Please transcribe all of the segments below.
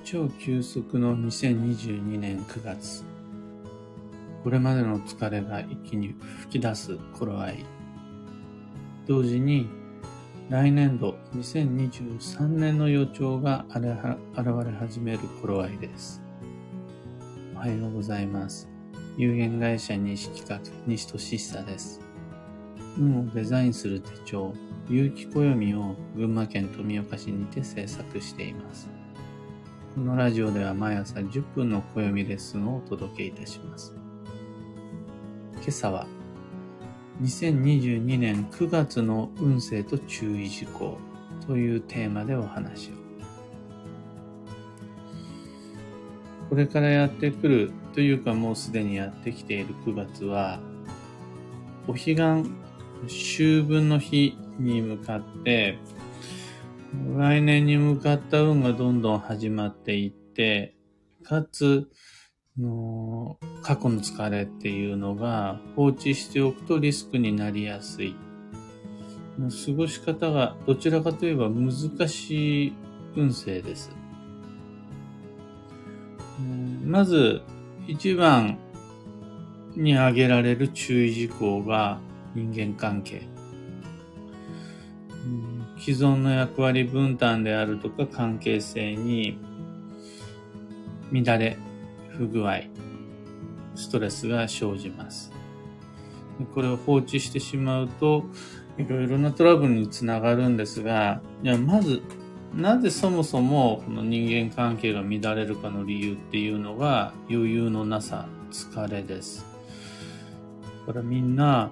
超急速の2022年9月。これまでの疲れが一気に吹き出す頃合い。同時に来年度2023年の予兆が現れ始める頃合いです。おはようございます。有限会社西企画西俊久です。運をデザインする手帳、有機暦を群馬県富岡市にて制作しています。このラジオでは毎朝10分の暦レッスンをお届けいたします。今朝は2022年9月の運勢と注意事項というテーマでお話を。これからやってくるというかもうすでにやってきている9月はお彼岸秋分の日に向かって来年に向かった運がどんどん始まっていって、かつ過去の疲れっていうのが放置しておくとリスクになりやすい。過ごし方がどちらかといえば難しい運勢です。まず一番に挙げられる注意事項が人間関係。既存の役割分担であるとか関係性に乱れ、不具合、ストレスが生じます。これを放置してしまうといろいろなトラブルにつながるんですが、まずなぜそもそもこの人間関係が乱れるかの理由っていうのが余裕のなさ、疲れです。だからみんな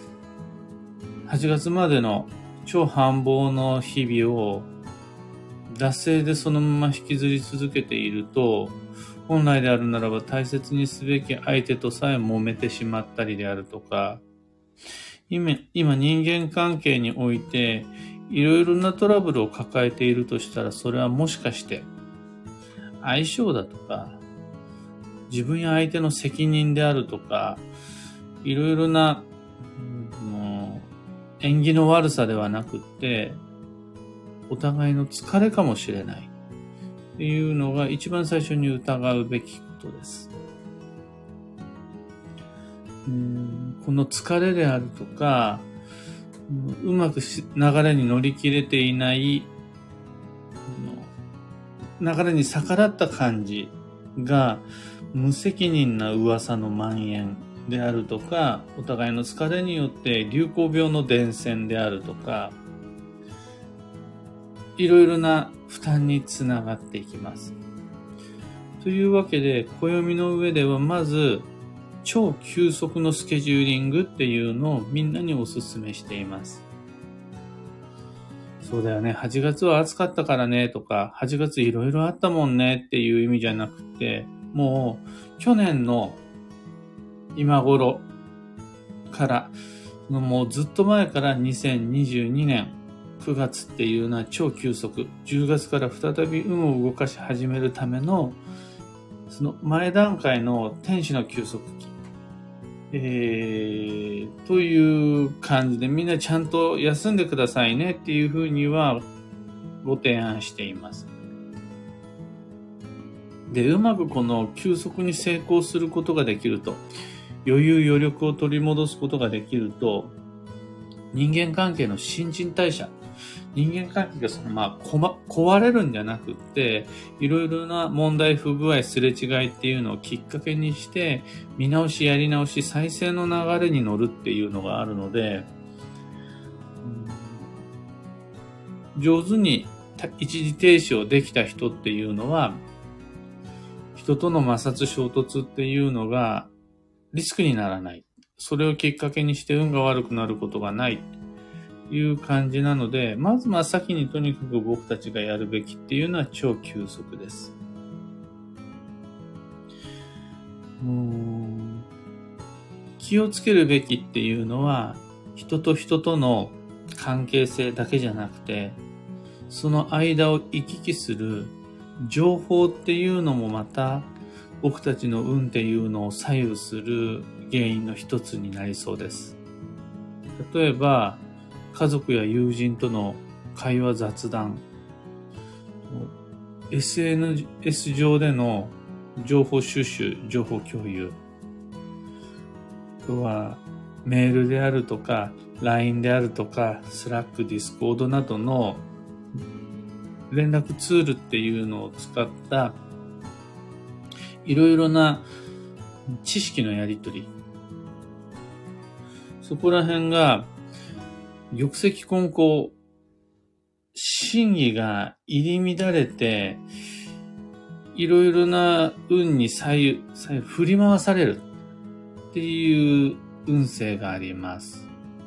8月までの超繁忙の日々を惰性でそのまま引きずり続けていると、本来であるならば大切にすべき相手とさえ揉めてしまったりであるとか、今人間関係においていろいろなトラブルを抱えているとしたら、それはもしかして相性だとか、自分や相手の責任であるとか、いろいろな縁起の悪さではなくって、お互いの疲れかもしれないっていうのが一番最初に疑うべきことです。この疲れであるとか、うまく流れに乗り切れていない流れに逆らった感じが無責任な噂の蔓延であるとか、お互いの疲れによって流行病の伝染であるとか、いろいろな負担につながっていきます。というわけで、暦の上ではまず超急速のスケジューリングっていうのをみんなにお勧めしています。そうだよね、8月は暑かったからねとか、8月いろいろあったもんねっていう意味じゃなくて、もう去年の今頃からもうずっと前から2022年9月っていうのは超急速、10月から再び運を動かし始めるためのその前段階の天使の休息期、という感じでみんなちゃんと休んでくださいねっていうふうにはご提案しています。で、うまくこの休息に成功することができると、余裕余力を取り戻すことができると、人間関係の新陳代謝、人間関係が壊れるんじゃなくって、いろいろな問題、不具合、すれ違いっていうのをきっかけにして、見直し、やり直し、再生の流れに乗るっていうのがあるので、上手に一時停止をできた人っていうのは、人との摩擦衝突っていうのがリスクにならない。それをきっかけにして運が悪くなることがないという感じなので、まず真っ先にとにかく僕たちがやるべきっていうのは超急速です。気をつけるべきっていうのは、人と人との関係性だけじゃなくて、その間を行き来する情報っていうのもまた僕たちの運っていうのを左右する原因の一つになりそうです。例えば家族や友人との会話雑談、 SNS 上での情報収集、情報共有。あとは、メールであるとか、LINE であるとか、Slack、Discord などの連絡ツールっていうのを使った、いろいろな知識のやり取り。そこら辺が、玉石混交、真偽が入り乱れて、いろいろな運に左右振り回されるっていう運勢があります。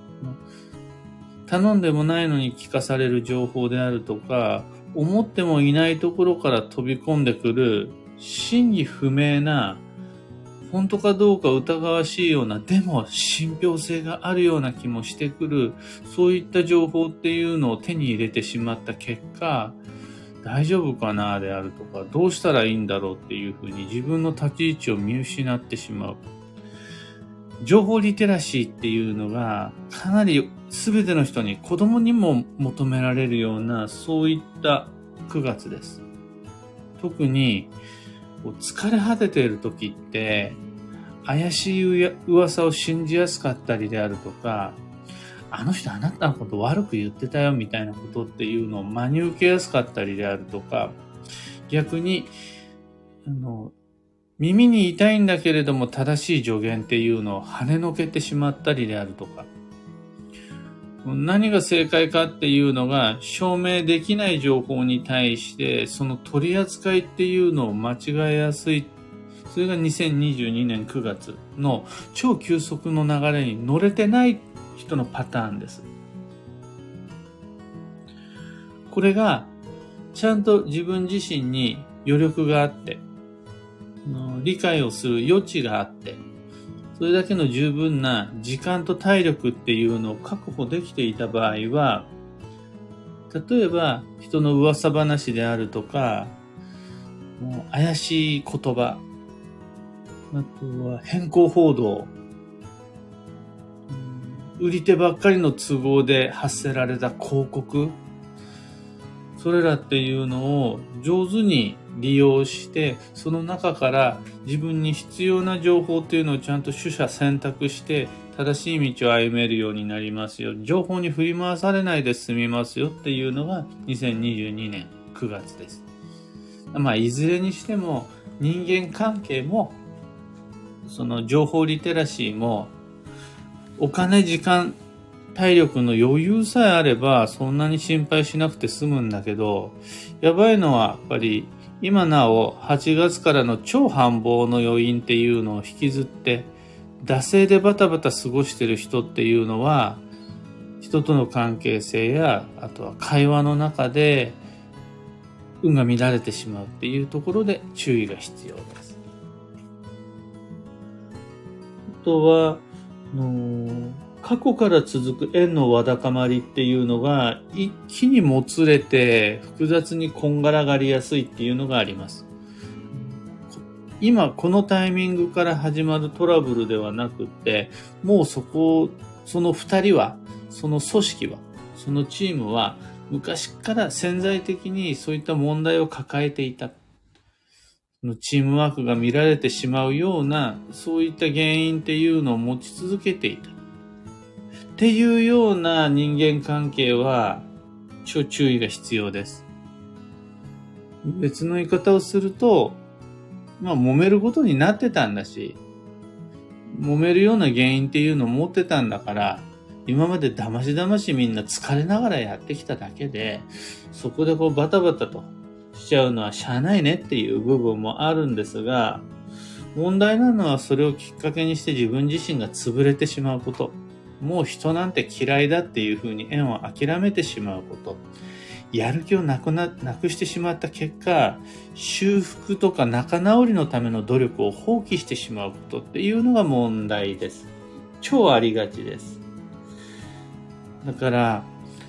頼んでもないのに聞かされる情報であるとか、思ってもいないところから飛び込んでくる真偽不明な、本当かどうか疑わしいような、でも信憑性があるような気もしてくる、そういった情報っていうのを手に入れてしまった結果、大丈夫かなであるとか、どうしたらいいんだろうっていうふうに自分の立ち位置を見失ってしまう。情報リテラシーっていうのがかなり全ての人に、子供にも求められるような、そういった9月です。特に疲れ果てている時って、怪しい噂を信じやすかったりであるとか、あの人あなたのこと悪く言ってたよみたいなことっていうのを真に受けやすかったりであるとか、逆に、耳に痛いんだけれども正しい助言っていうのを跳ねのけてしまったりであるとか、何が正解かっていうのが証明できない情報に対して、その取り扱いっていうのを間違えやすい。それが2022年9月の超急速の流れに乗れてない人のパターンです。これがちゃんと自分自身に余力があって、理解をする余地があって、それだけの十分な時間と体力っていうのを確保できていた場合は、例えば人の噂話であるとか、怪しい言葉、あとは変更報道、売り手ばっかりの都合で発せられた広告、それらっていうのを上手に利用して、その中から自分に必要な情報っていうのをちゃんと取捨選択して正しい道を歩めるようになりますよ。情報に振り回されないで済みますよっていうのが2022年9月です。いずれにしても人間関係もその情報リテラシーもお金、時間、体力の余裕さえあればそんなに心配しなくて済むんだけど、やばいのはやっぱり今なお8月からの超繁忙の余韻っていうのを引きずって惰性でバタバタ過ごしてる人っていうのは、人との関係性やあとは会話の中で運が乱れてしまうっていうところで注意が必要です。あとは過去から続く縁のわだかまりっていうのが一気にもつれて複雑にこんがらがりやすいっていうのがあります。今このタイミングから始まるトラブルではなくって、もうその二人は、その組織は、そのチームは昔から潜在的にそういった問題を抱えていた。チームワークが見られてしまうような、そういった原因っていうのを持ち続けていた。っていうような人間関係は、超注意が必要です。別の言い方をすると、揉めることになってたんだし、揉めるような原因っていうのを持ってたんだから、今までだましだましみんな疲れながらやってきただけで、そこでバタバタとしちゃうのはしゃあないねっていう部分もあるんですが、問題なのはそれをきっかけにして自分自身が潰れてしまうこと。もう人なんて嫌いだっていうふうに縁を諦めてしまうこと。やる気をなくしてしまった結果、修復とか仲直りのための努力を放棄してしまうことっていうのが問題です。超ありがちです。だから、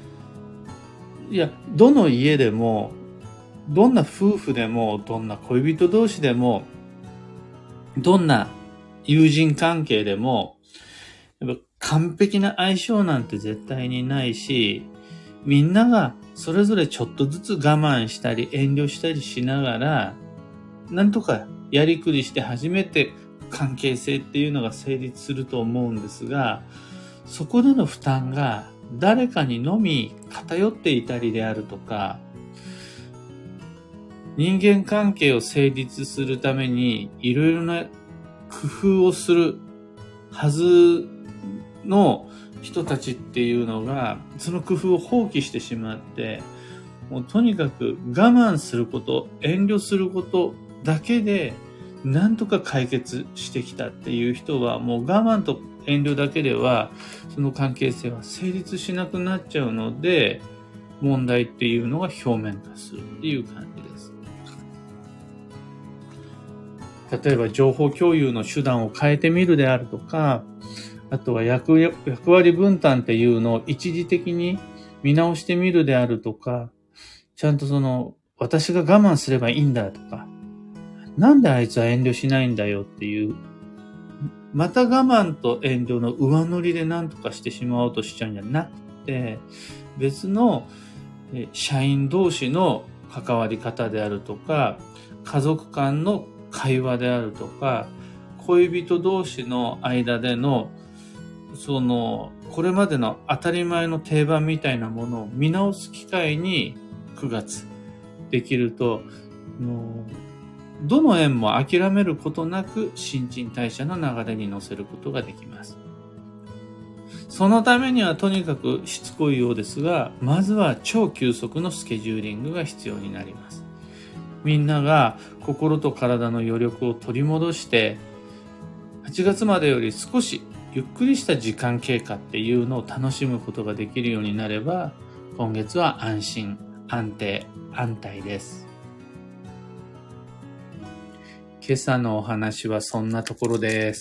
どの家でも、どんな夫婦でも、どんな恋人同士でも、どんな友人関係でも、やっぱ完璧な相性なんて絶対にないし、みんながそれぞれちょっとずつ我慢したり遠慮したりしながら、なんとかやりくりして初めて関係性っていうのが成立すると思うんですが、そこでの負担が誰かにのみ偏っていたりであるとか、人間関係を成立するためにいろいろな工夫をするはずの人たちっていうのが、その工夫を放棄してしまって、もうとにかく我慢すること、遠慮することだけでなんとか解決してきたっていう人は、もう我慢と遠慮だけではその関係性は成立しなくなっちゃうので、問題っていうのが表面化するっていう感じです。例えば情報共有の手段を変えてみるであるとか、あとは役割分担っていうのを一時的に見直してみるであるとか、ちゃんと私が我慢すればいいんだとか、なんであいつは遠慮しないんだよっていう、また我慢と遠慮の上乗りで何とかしてしまおうとしちゃうんじゃなくて、別の社員同士の関わり方であるとか、家族間の会話であるとか、恋人同士の間でのこれまでの当たり前の定番みたいなものを見直す機会に9月できると、どの縁も諦めることなく新陳代謝の流れに乗せることができます。そのためにはとにかくしつこいようですが、まずは超急速のスケジューリングが必要になります。みんなが心と体の余力を取り戻して、8月までより少しゆっくりした時間経過っていうのを楽しむことができるようになれば、今月は安心、安定、安泰です。今朝のお話はそんなところです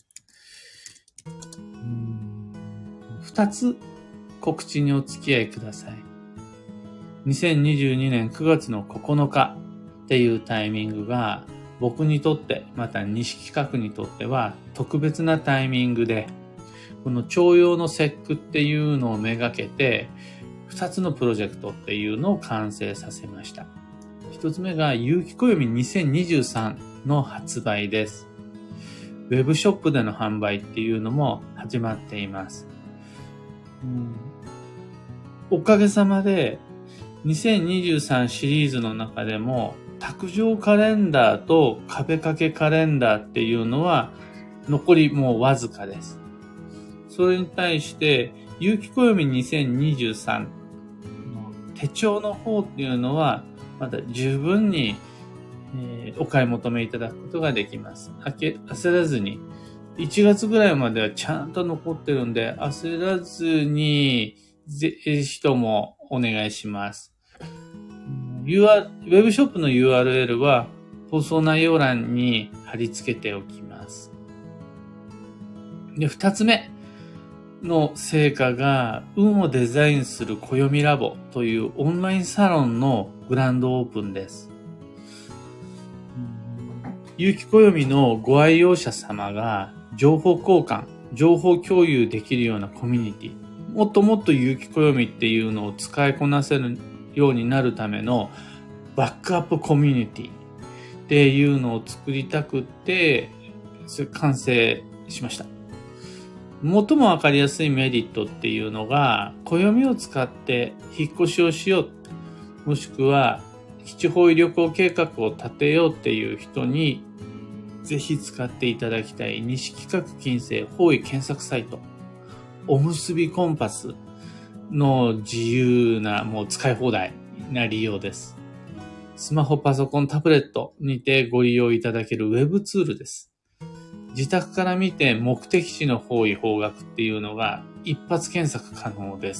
。2つ告知にお付き合いください。2022年9月の9日っていうタイミングが僕にとって、また西企画にとっては特別なタイミングで、この徴用の節句っていうのをめがけて2つのプロジェクトっていうのを完成させました。1つ目が有機暦2023の発売です。ウェブショップでの販売っていうのも始まっています。おかげさまで2023シリーズの中でも卓上カレンダーと壁掛けカレンダーっていうのは残りもうわずかです。それに対して有機暦2023の手帳の方っていうのはまだ十分にお買い求めいただくことができます。焦らずに1月ぐらいまではちゃんと残ってるんで、焦らずにぜひともお願いします。ウェブショップの URL は放送内容欄に貼り付けておきます。で、2つ目の成果が運をデザインする暦ラボというオンラインサロンのグランドオープンです。有機暦のご愛用者様が情報交換、情報共有できるようなコミュニティ、もっともっと有機暦っていうのを使いこなせるようになるためのバックアップコミュニティっていうのを作りたくって完成しました。最もわかりやすいメリットっていうのが、暦を使って引っ越しをしよう、もしくは基地方位旅行計画を立てようっていう人にぜひ使っていただきたい西企画金星方位検索サイト、おむすびコンパスの自由なもう使い放題な利用です。スマホ、パソコン、タブレットにてご利用いただけるウェブツールです。自宅から見て目的地の方位方角っていうのが一発検索可能です。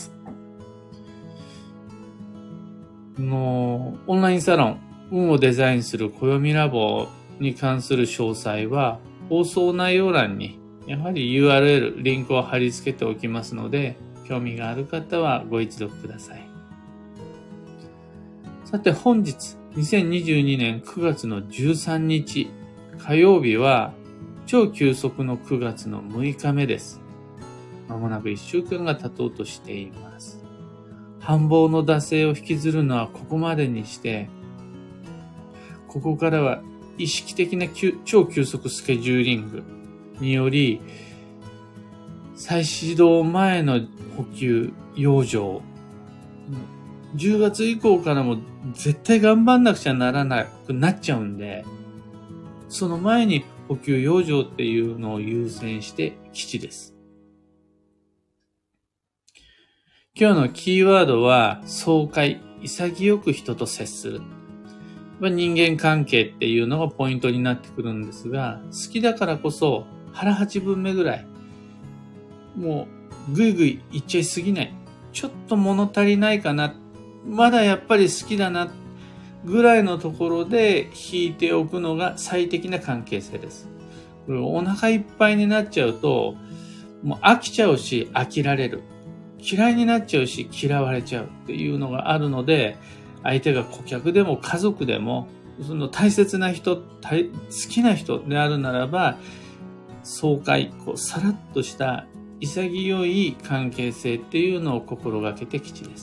オンラインサロン、運をデザインする暦ラボに関する詳細は放送内容欄にやはり URL、リンクを貼り付けておきますので、興味がある方はご一読ください。さて本日、2022年9月の13日、火曜日は超急速の9月の6日目です。まもなく1週間が経とうとしています。 繁忙の惰性を引きずるのはここまでにして、ここからは意識的な超急速スケジューリングにより、再始動前の補給、養生、10月以降からも絶対頑張んなくちゃならなくなっちゃうんで、その前に補給養生っていうのを優先して基地です。今日のキーワードは爽快、潔く人と接する。人間関係っていうのがポイントになってくるんですが、好きだからこそ腹8分目ぐらい、もうぐいぐいいっちゃいすぎない。ちょっと物足りないかな。まだやっぱり好きだな。ぐらいのところで引いておくのが最適な関係性です。お腹いっぱいになっちゃうと、もう飽きちゃうし飽きられる。嫌いになっちゃうし嫌われちゃうっていうのがあるので、相手が顧客でも家族でも、その大切な人、好きな人であるならば、爽快、さらっとした潔い関係性っていうのを心がけて基地です。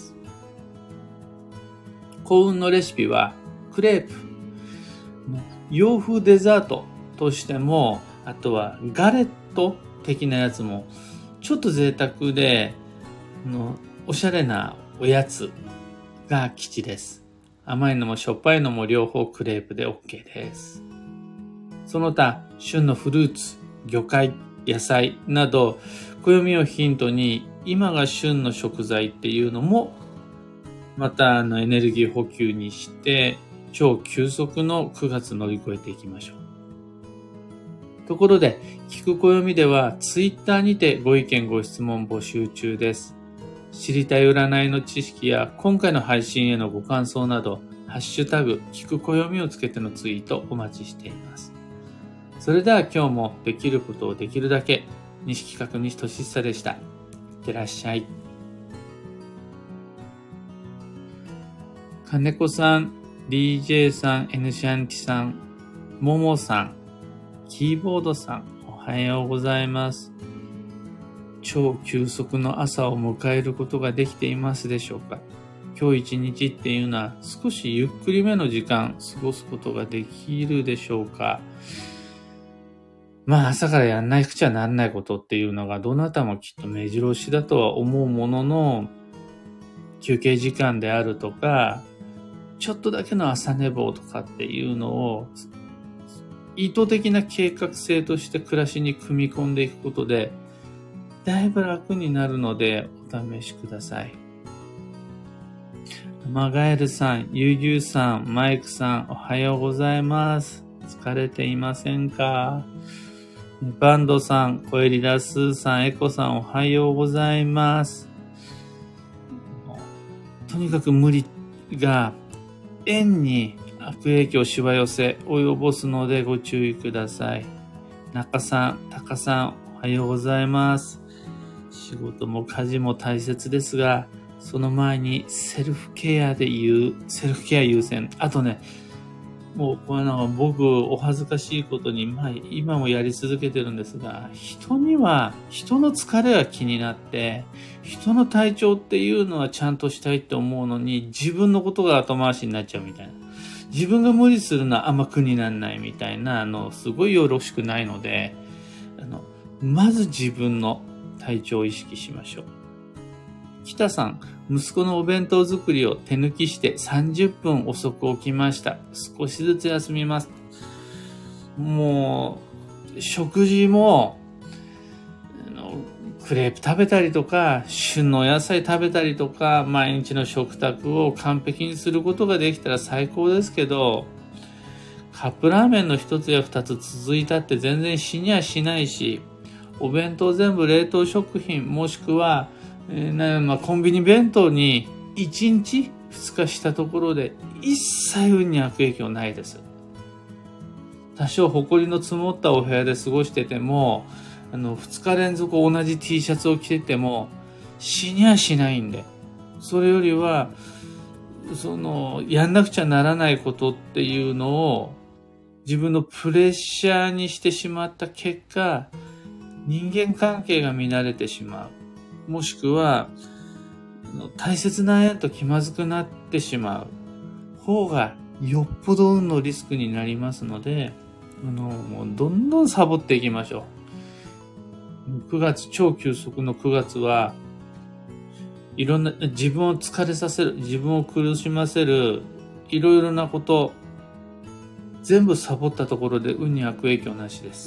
幸運のレシピはクレープ、洋風デザートとしても、あとはガレット的なやつもちょっと贅沢でおしゃれなおやつが基地です。甘いのもしょっぱいのも両方クレープで OK です。その他旬のフルーツ、魚介、野菜など暦をヒントに今が旬の食材っていうのもまたエネルギー補給にして超急速の9月乗り越えていきましょう。ところで聞く暦ではツイッターにてご意見ご質問募集中です。知りたい占いの知識や今回の配信へのご感想などハッシュタグ聞く暦をつけてのツイートお待ちしています。それでは今日もできることをできるだけ。西企画西俊久でした。いってらっしゃい。金子さん、DJ さん、N シャンティさん、ももさん、キーボードさん、おはようございます。超急速の朝を迎えることができていますでしょうか。今日一日っていうのは少しゆっくりめの時間過ごすことができるでしょうか。朝からやんないくちゃなんないことっていうのがどなたもきっと目白押しだとは思うものの、休憩時間であるとか、ちょっとだけの朝寝坊とかっていうのを意図的な計画性として暮らしに組み込んでいくことでだいぶ楽になるのでお試しください。マガエルさん、ユーユーさん、マイクさん、おはようございます。疲れていませんか？バンドさん、コエリラスーさん、エコさん、おはようございます。とにかく無理が縁に悪影響しわ寄せ及ぼすのでご注意ください。中さん、高さん、おはようございます。仕事も家事も大切ですが、その前にセルフケア優先。あとね、もうこれ僕お恥ずかしいことに、今もやり続けてるんですが、人の疲れが気になって、人の体調っていうのはちゃんとしたいって思うのに、自分のことが後回しになっちゃうみたいな。自分が無理するのはあんま苦にならないみたいな、すごいよろしくないので、まず自分の体調を意識しましょう。北さん、息子のお弁当作りを手抜きして30分遅く起きました。少しずつ休みます。もう、食事も、クレープ食べたりとか、旬のお野菜食べたりとか、毎日の食卓を完璧にすることができたら最高ですけど、カップラーメンの一つや二つ続いたって全然死にはしないし、お弁当全部冷凍食品もしくは、コンビニ弁当に1日2日したところで一切運に悪影響ないです。多少埃の積もったお部屋で過ごしてても、2日連続同じ T シャツを着てても死にはしないんで、それよりはやんなくちゃならないことっていうのを自分のプレッシャーにしてしまった結果、人間関係が乱れてしまう。もしくは、 大切な縁と気まずくなってしまう方がよっぽど運のリスクになりますので、もうどんどんサボっていきましょう。9月、超休息の9月は、いろんな、自分を疲れさせる、自分を苦しませる、いろいろなこと、全部サボったところで運に悪影響なしです。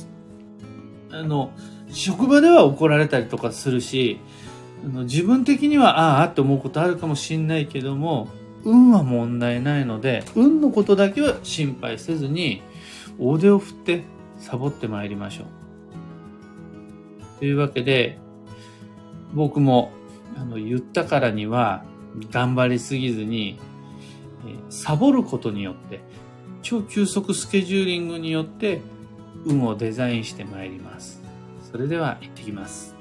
職場では怒られたりとかするし、自分的にはああって思うことあるかもしれないけども、運は問題ないので、運のことだけは心配せずに、大手を振ってサボってまいりましょう。というわけで、僕も言ったからには頑張りすぎずに、サボることによって、超急速スケジューリングによって運をデザインしてまいります。それでは行ってきます。